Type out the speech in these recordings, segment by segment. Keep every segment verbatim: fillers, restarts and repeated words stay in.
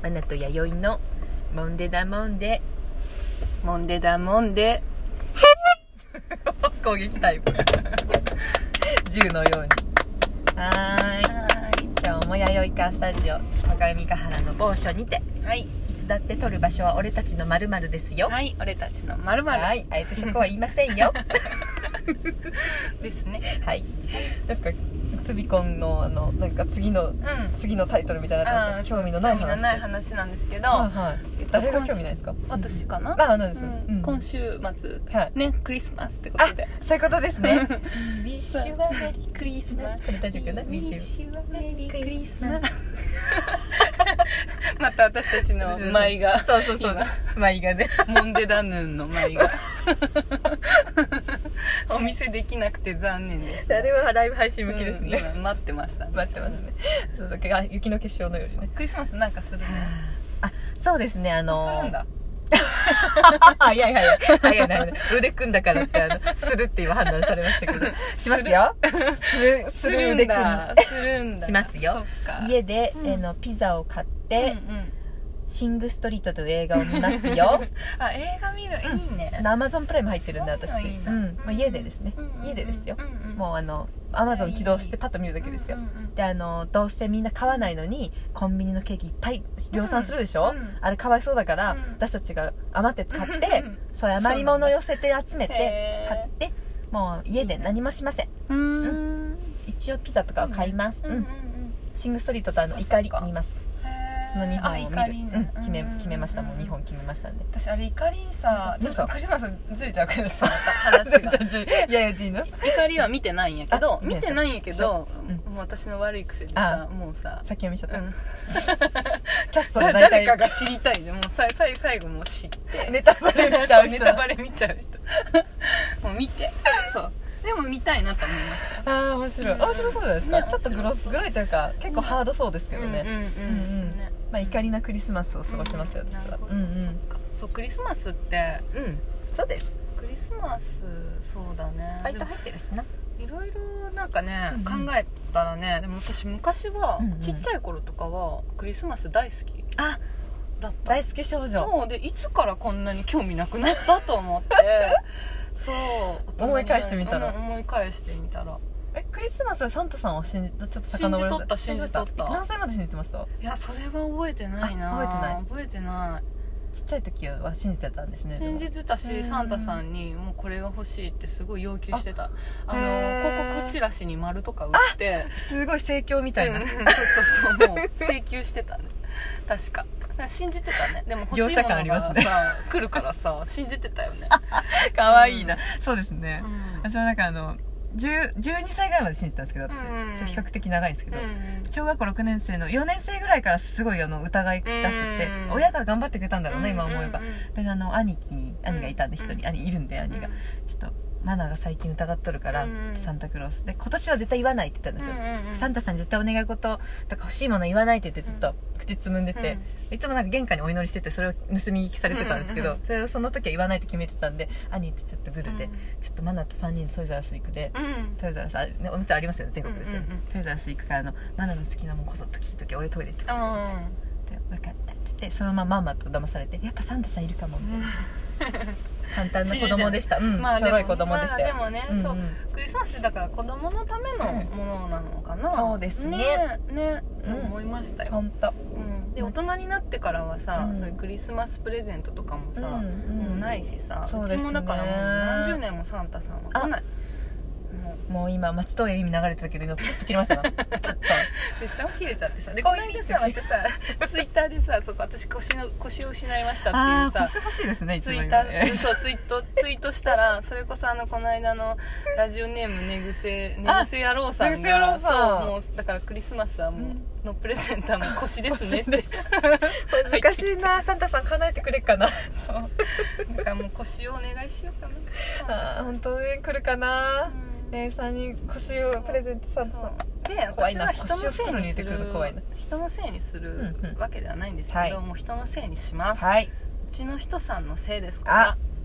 マナと弥生のモンデダモンデモンデだモンデ攻撃タイプ銃のように。はーい、 は今日も弥生川スタジオ鏡ヶ原の某所にて、 ーいいつだって撮る場所は俺たちの〇〇ですよ。 はい、俺たちのまるまるはい、あえてそこは言いませんよですね。 はい、ですかつびこんのあのなんか次の、 うん、 次のタイトルみたいなあー興味のない話。 興味のない話なんですけど、 はいはい、誰が興味ないですか？ 私かな、 ああ、なんです、 うんうん、 今週末、 はい、 ね、クリスマスってことで、 そういうことですね。ウィッシュはメリークリスマス。これ大丈夫かな？ウウィッシュはメリークリスマス。 スまた私たちの舞がそうそうそう、舞がね、 モンデダヌーンの舞がお見せできなくて残念です。 あれはライブ配信向きですね、 うん、待ってました、ね、 待ってますね。そうだけど雪の結晶のようにね。 クリスマスなんかするの？ あ、そうですね、あのするんだ。 いやいやいやいやいや腕組んだからってあのするって今判断されましたけど、しますよ。するする腕組みするんだ。 しますよ。家で、うん、あのピザを買って、うんうん、シングストリートという映画を見ますよ。 あ、映画見る、いいね。 アマゾンプライム入ってるんで私、 いいうん、まあ、家でですね、うんうん、家でですよ、うんうん、もうあのアマゾン起動してパッと見るだけですよ、うんうん、であのどうせみんな買わないのにコンビニのケーキいっぱい量産するでしょ、うんうん、あれかわいそうだから、うん、私たちが余って使って、うん、そういう余り物を寄せて集めて買ってもう家で何もしません、うんうん、一応ピザとかを買います、うんうんうん、シングストリートとあの怒り見ます。そのにほんを見る、うん、決め、決めました。もうにほん決めましたんで。 私あれ怒りさ、ちょっとクリスマスずれちゃうけどさ、 話がいやいやいいの？ 怒りは見てないんやけど、見てないんやけど、もう私の悪い癖でさ、もうさ、 先読みしちゃった。 うん、 キャストで誰かが知りたいで、もう最最後もう知ってネタバレ見ちゃう人、 ネタバレ見ちゃう人、もう見て、そう。でも見たいなと思いました。 ああ面白い、面白そうじゃないですか。ちょっとグロスグロいというか結構ハードそうですけどね。うんうんうん。まあ怒りなクリスマスを過ごしますよ私は。うんうん。 そうクリスマスって、 うん、そうです。 クリスマスそうだね。 バイト入ってるしな。 いろいろなんかね、うんうん、考えたらね、でも私昔は、うんうん、ちっちゃい頃とかはクリスマス大好き。 あ、 だった。 大好き少女。 そうでいつからこんなに興味なくなったと思って。そう思い返してみたら、 思い返してみたらえクリスマスはサンタさんは信じちょっと信じとった信じとった何歳まで信じてました？ いやそれは覚えてないな。 覚えてない覚えてないちっちゃい時は信じてたんですね。 信じてたしサンタさんにもうこれが欲しいってすごい要求してた。 あ, あの広告チラシに丸とか売ってすごい盛況みたいな、うん、そうそうそうもう請求してたね確か信じてたね。でも欲しいものがさ、ね、来るからさ信じてたよね。 かわいいな、うん、そうですね、うん、私はなんかあのじゅうにさいぐらいまで信じてたんですけど私、うん、比較的長いんですけど、うん、小学校ろくねん生のよねん生ぐらいからすごいあの疑い出してて、うん、親が頑張ってくれたんだろうね、うん、今思えば、うん、であの兄貴に兄がいたんで一人、うん、兄いるんで兄が、うん、ちょっとマナが最近疑っとるから、うん、サンタクロースで今年は絶対言わないって言ったんですよ、うんうん、サンタさんに絶対お願い事とか欲しいもの言わないって言ってずっと口つむんでて、うん、いつもなんか玄関にお祈りしててそれを盗み聞きされてたんですけど、うん、それその時は言わないって決めてたんで兄とちょっとグルで、うん、ちょっとマナとさんにんでトイザらス行くで、うん、トイザらスあ、ね、おもちゃありますよね全国ですよ、うんうんうん、トイザらス行くからあのマナの好きなもんこそっと聞いとけ俺トイレ行ってくるみたいな、うん、で分かったって言ってそのままママと騙されてやっぱサンタさんいるかもみたいな、うん簡単な子供でした、うん、まあ、ちょろい子供でしたよ、 まあ、でもね、うんうん、そうクリスマスだから子供のためのものなのかな、 うん、そうですねねね、うん、と思いましたよ本当、 うん、で大人になってからはさ、うん、そういうクリスマスプレゼントとかもさ、うんうん、もうないしさ、う, うちもだからもう何十年もサンタさんは来ない。 もう今松任谷由実流れてたけど今プツッと切りましたなプツッとでしょ切れちゃってさでこの間さまたさツイッターでさそこ私 腰, の腰を失いましたっていうさ腰欲しいですねツイッターそうツイートツイートしたらそれこそあのこの間のラジオネーム寝癖寝癖野郎さんがそうもうだからクリスマスはもう、うんのプレゼンターも腰ですねって難しいなサンタさん叶えてくれっかなそうだからもう腰をお願いしようかなあ本当に来るかな、うんえー、さんにん腰をプレゼントサンタさんで私は人のせいにする人のせいにするわけではないんですけど、うんうん、もう人のせいにします、 はい、 うちの人さんのせいですから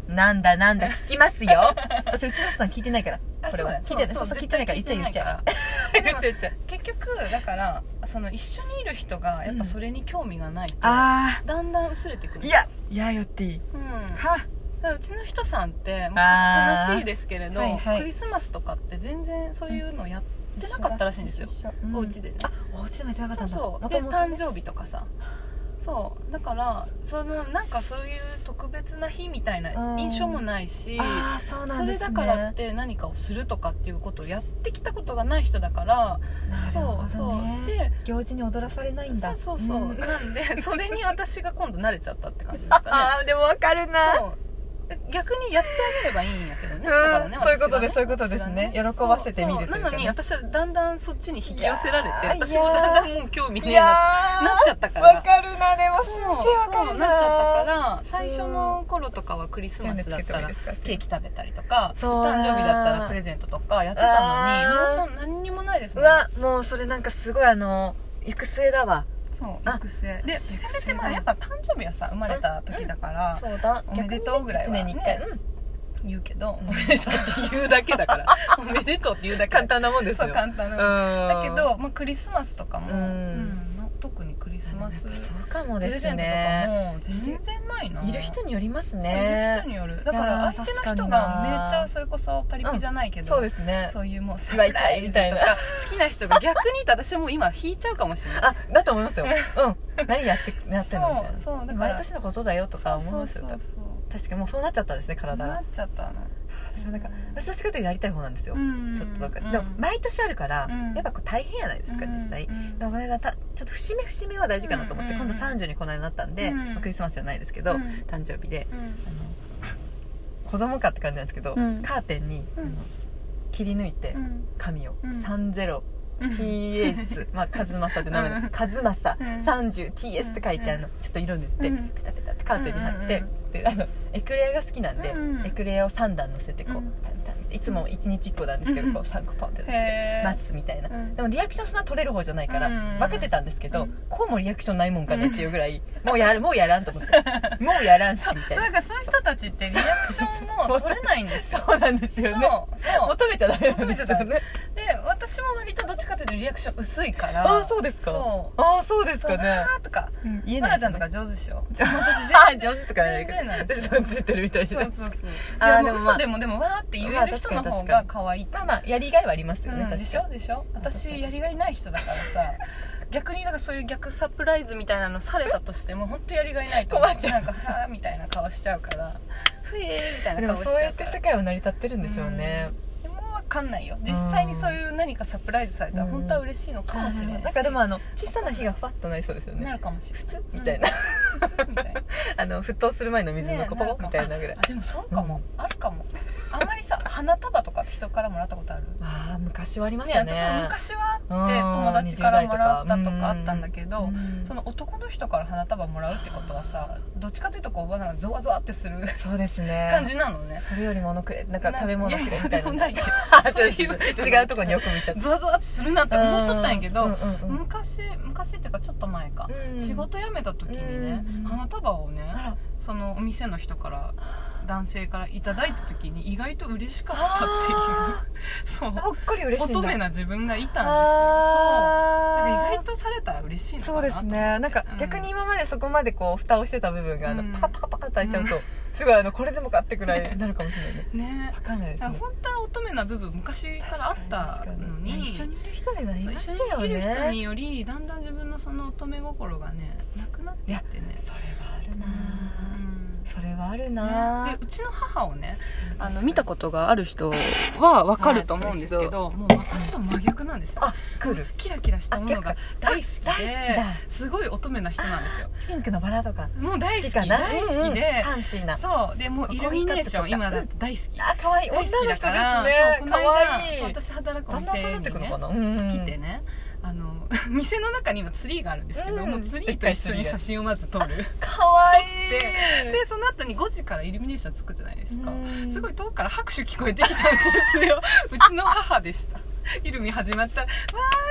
なんだなんだ聞きますよそれうちの人は聞いてないからあこれは聞いてないそうそう聞いてないから言っちゃう言っちゃう言っちゃう言っちゃう結局だからその一緒にいる人がやっぱそれに興味がないと、 あだんだん薄れてくる。 いやいやよっていい、 うん、 はだからうちの人さんってもうあー悲しいですけれど、 はいはい、 クリスマスとかって全然そういうのやってなかったらしいんですよ、 うん、 お家でね。 あお家でもやってなかったんだ。 そうそうで元々ね誕生日とかさ、そうだからそのなんかそういう特別な日みたいな印象もないし、 ああそうなんですね。 それだからって何かをするとかっていうことをやってきたことがない人だから、 なるほどね、 そうそうで行事に踊らされないんだ。 そうそうそう、 んなんでそれに私が今度慣れちゃったって感じですかね。 ああでもわかるな。 そう逆にやってあげればいいんやけどね、 うんだからね、 そういうこと私がねですそういうことですね喜ばせてみるというかね。 そうなのに私はだんだんそっちに引き寄せられて、 いやー私もだんだんもう興味ねいえなやーなっちゃったからわかるな。でもすっげえそうわかるな。 そうなっちゃったから最初の頃とかはクリスマスだったらうんケーキ食べたりとかそう誕生日だったらプレゼントとかやってたのにもう何にもないですもん。 うわもうそれなんかすごいあの行く末だわ。 そうあ育成で私せめてまあやっぱ誕生日はさ生まれた時だからそうだおめでとうぐらいはね常に一回、うん言うけど、 うんおめでとうって言うだけだからおめでとうって言うだけ簡単なもんですよ。 そう簡単なうんだけど、まあ、クリスマスとかも、 うんうん特にクリスマスなんかそうかもプですレゼントとかね。 も全然ないないる人によりますそういね。 る人によるだから相手の人がめっちゃそれこそパリピじゃないけど、 そうですね。 そういうもうサプライズとか好きな人が逆に言って私はもう今引いちゃうかもしれない。 あだと思いますよ。うん何やってやってんのみたいな。 そうそうだから毎年のことだよとか思いますよ。 そうそうそう確かにもうそうなっちゃったんですねそう体がなっ。ちゃったの。 私もなんか私どっちかというとやりたい方なんですよ。 うんちょっとばっかり。 うんでも毎年あるからうんやっぱこう大変やないですか実際。 うんでもこの間たちょっと節目節目は大事かなと思って、 うん今度さんじゅうにこの間なったんで、 うんまあクリスマスじゃないですけど、 うん誕生日でうんあの子供かって感じなんですけど、 うんカーテンに、 うんあの切り抜いてうん紙を、 うんさんじゅううんティーエス まあカズマサって名前うんでカズマサうんさんじゅうティーエス って書いてあるのちょっと色塗ってうんペタペタってカーテンに貼って、 うんであのエクレアが好きなんで、 うんエクレアをさん段乗せてこう、 うんパンパンっていつもいちにちいっこなんですけど、 うんこうさんこポンって乗せてへー待つみたいな、 うんでもリアクションそんな取れる方じゃないから、 うん分けてたんですけど、 うんこうもリアクションないもんかなっていうぐらい、もうやるもうやらんと思ってもうやらんしみたいななんかそういう人たちってリアクションも取れないんですよ。 そうなんですよねそうそう求めちゃダメなんですよね。 で私も割とどっちかというとリアクション薄いからああそうですか。 そうああそうですかね。 そうあーとかうん言えまないですねなちゃんとか上手でしょ。 上手私全然上手とかないけ全然なんどですよ嘘ついてるみたいでそうそうそういあーやもうでもまあ嘘でもでもわーって言える人の方が可愛いまあまあやりがいはありますよね、 うん、でしょ確かに。 でしょ確かに私やりがいない人だからさ逆にだからそういう逆サプライズみたいなのされたとしても本当やりがいないと思う。 困っちゃうなんかはーみたいな顔しちゃうからふえーみたいでもな顔しちゃうからそうやって世界は成り立ってるんでしょうね。 でも分かんないよ実際にそういう何かサプライズされたらうん本当は嬉しいのかもしれないし、 なんかでもあの小さな火がファッとなりそうですよね。 なるかもしれない普通みたいな、 普通みたいなあの沸騰する前の水のコポコねみたいなぐらい。 あでもそうかも、あるかもあんまりさ花束とかって人からもらったことある？ ああ昔はありましねたね。 私も昔はあって友達からもらったとかあったんだけど、 うんその男の人から花束もらうってことはさどっちかというとこうなんかゾワゾワってするそうですね。 感じなのね。 それより物くれなんか食べ物くれみたいな。 いやそれもないけどあそうですそういうわけじゃない違うところによく見ちゃった。 ゾワゾワってするなって思っとったんやけど、 うんうんうん昔昔っていうかちょっと前か、 うん仕事辞めた時にね、 うん花束をねあらそのお店の人から男性からいただいた時に意外と嬉しかったっていうそうほっこり嬉しいんだ。 乙女な自分がいたんですよ。そうあーだから意外とされたら嬉しいのかなそうですね。なんか逆に今までそこまでこう蓋をしてた部分があのうんパカパカパカって開いちゃうと、すごいあのこれでもかってくらいになるかもしれないね。 うんねわかんないですね。 本当は乙女な部分昔からあったのに一緒にいる人でなりそうます一よね。 緒にいる人によりだんだん自分のその乙女心がねなくなっていってね。 それはあるなうんそれはあるねなでうちの母をねあの見たことがある人は分かると思うんですけど、もう私と真逆なんですよ。 あクールキラキラしたものが大好きであ大好きだすごい乙女な人なんですよ。 ピンクのバラとかもう大好き好きかな大好きで、 うんうんファンシーなそうでもうイルミネーションここに立ってとか今だって大好き、 あ可愛い大好きだから女の人ですねそうこの間可愛いそう私働くおだんだんそうな店にねってくのかな、うん来てねあの店の中に今ツリーがあるんですけど、 うんもうツリーと一緒に写真をまず撮る可愛いでその後にごじからイルミネーションつくじゃないですか。 うんすごい遠くから拍手聞こえてきたんですようちの母でした。イルミ始まったらわー綺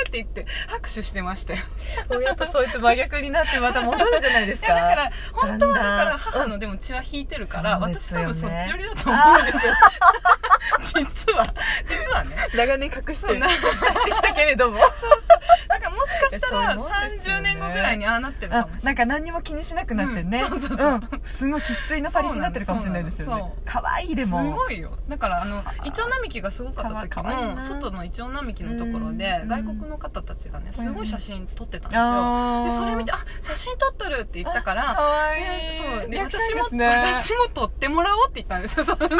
って言って拍手してましたよ。 もうやっぱそうやって真逆になってまた戻るじゃないですか。 いやだから本当はだからだんだん母のでも血は引いてるから、 そうですよね私多分そっち寄りだと思うんですよ。実は実はね長年隠してそうなしてきたけれどもなんかもしかしたらいやそういうもんさんじゅですよねうねんごぐらいにああなってるかあもしれない。 なんか何にも気にしなくなってね、 うんそうそうそううんすごい生粋のパリピになってるかもしれないですよねそうなの。 可愛いでもすごいよ。だからあのイチョウ並木がすごかった時かわいいなも外のイチョウ並木のところでうん外国の方たちがねすごい写真撮ってたんですあよ。 ーでそれ見てあ写真撮ってるって言ったから可愛いそうでリアクシ私もョンですね私も撮ってもらおうって言ったんですよ。その時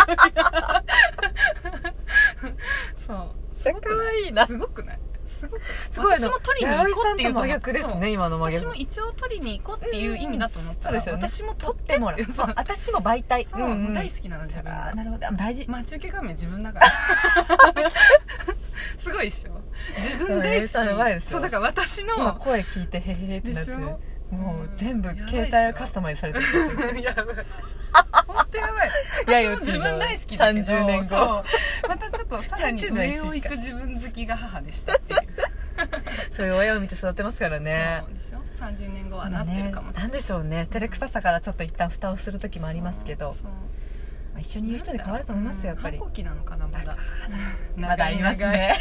そうすごく可愛いなすごくないすごくすごい私も撮りに行こうっていう真逆ですね今の真逆。 私も一応撮りに行こうっていう意味だと思ったら、 そうですよね私も撮撮ってもらうそうそう私も媒体そう、 んん大好きなの自分があーなるほどあ大事待ち受け画面自分だからすごいっしょ自分大好きさんやばいですよそうだから私の今声聞いてへへへってなってでしょもう全部やばいっしょ携帯がカスタマイズされてるやばい本当やばいいや私も自分大好きだけどさんじゅうねんごそうまたちょっとさらにさんじゅうねん上を行く自分好きが母でしたっていうそういう親を見て育ってますからね。 そうでしょさんじゅうねんごはなってるかもしれない、 なんでしょうね照れくささからちょっと一旦蓋をする時もありますけど、 そうまあ、一緒にいる人で変わると思いますよやっぱり。 反抗期なのかなまだまだいますね。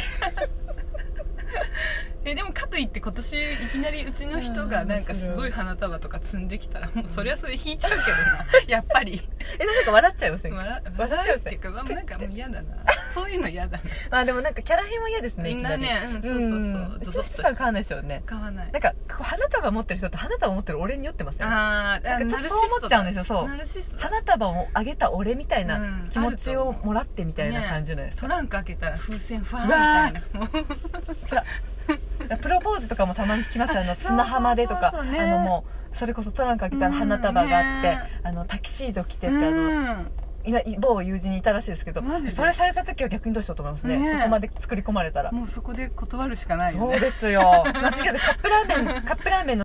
えでもかといって今年いきなりうちの人がなんかすごい花束とか積んできたらもうそりゃそれ引いちゃうけどなやっぱりえなんか笑っちゃいませんか。 笑笑っちゃいません笑うっていうか、まあ、なんかもう嫌だなそういうの嫌だなまあでもなんかキャラ変は嫌ですねいきなり。 みんなねうんそうそうそうんうちの人さん買わないでしょうね。 買わないなんかこう花束持ってる人と花束持ってる俺に酔ってません。 あーなんかちょっとそう思っちゃうんですよそうナルシストだ花束をあげた俺みたいなうん気持ちをもらってみたいな感じじゃないですか。 トランク開けたら風船ファーみたいなもうつらプロポーズとかもたまに聞きますよあの砂浜でとかそうそうそうそうねあのもうそれこそトランク開けたら花束があって、 うんねあのタキシード着てってあのうん今某友人にいたらしいですけどマジでそれされた時は逆にどうしようと思いますねねそこまで作り込まれたら。 もうそこで断るしかないよねそうですよ間違えてカップラーメンカップラーメンの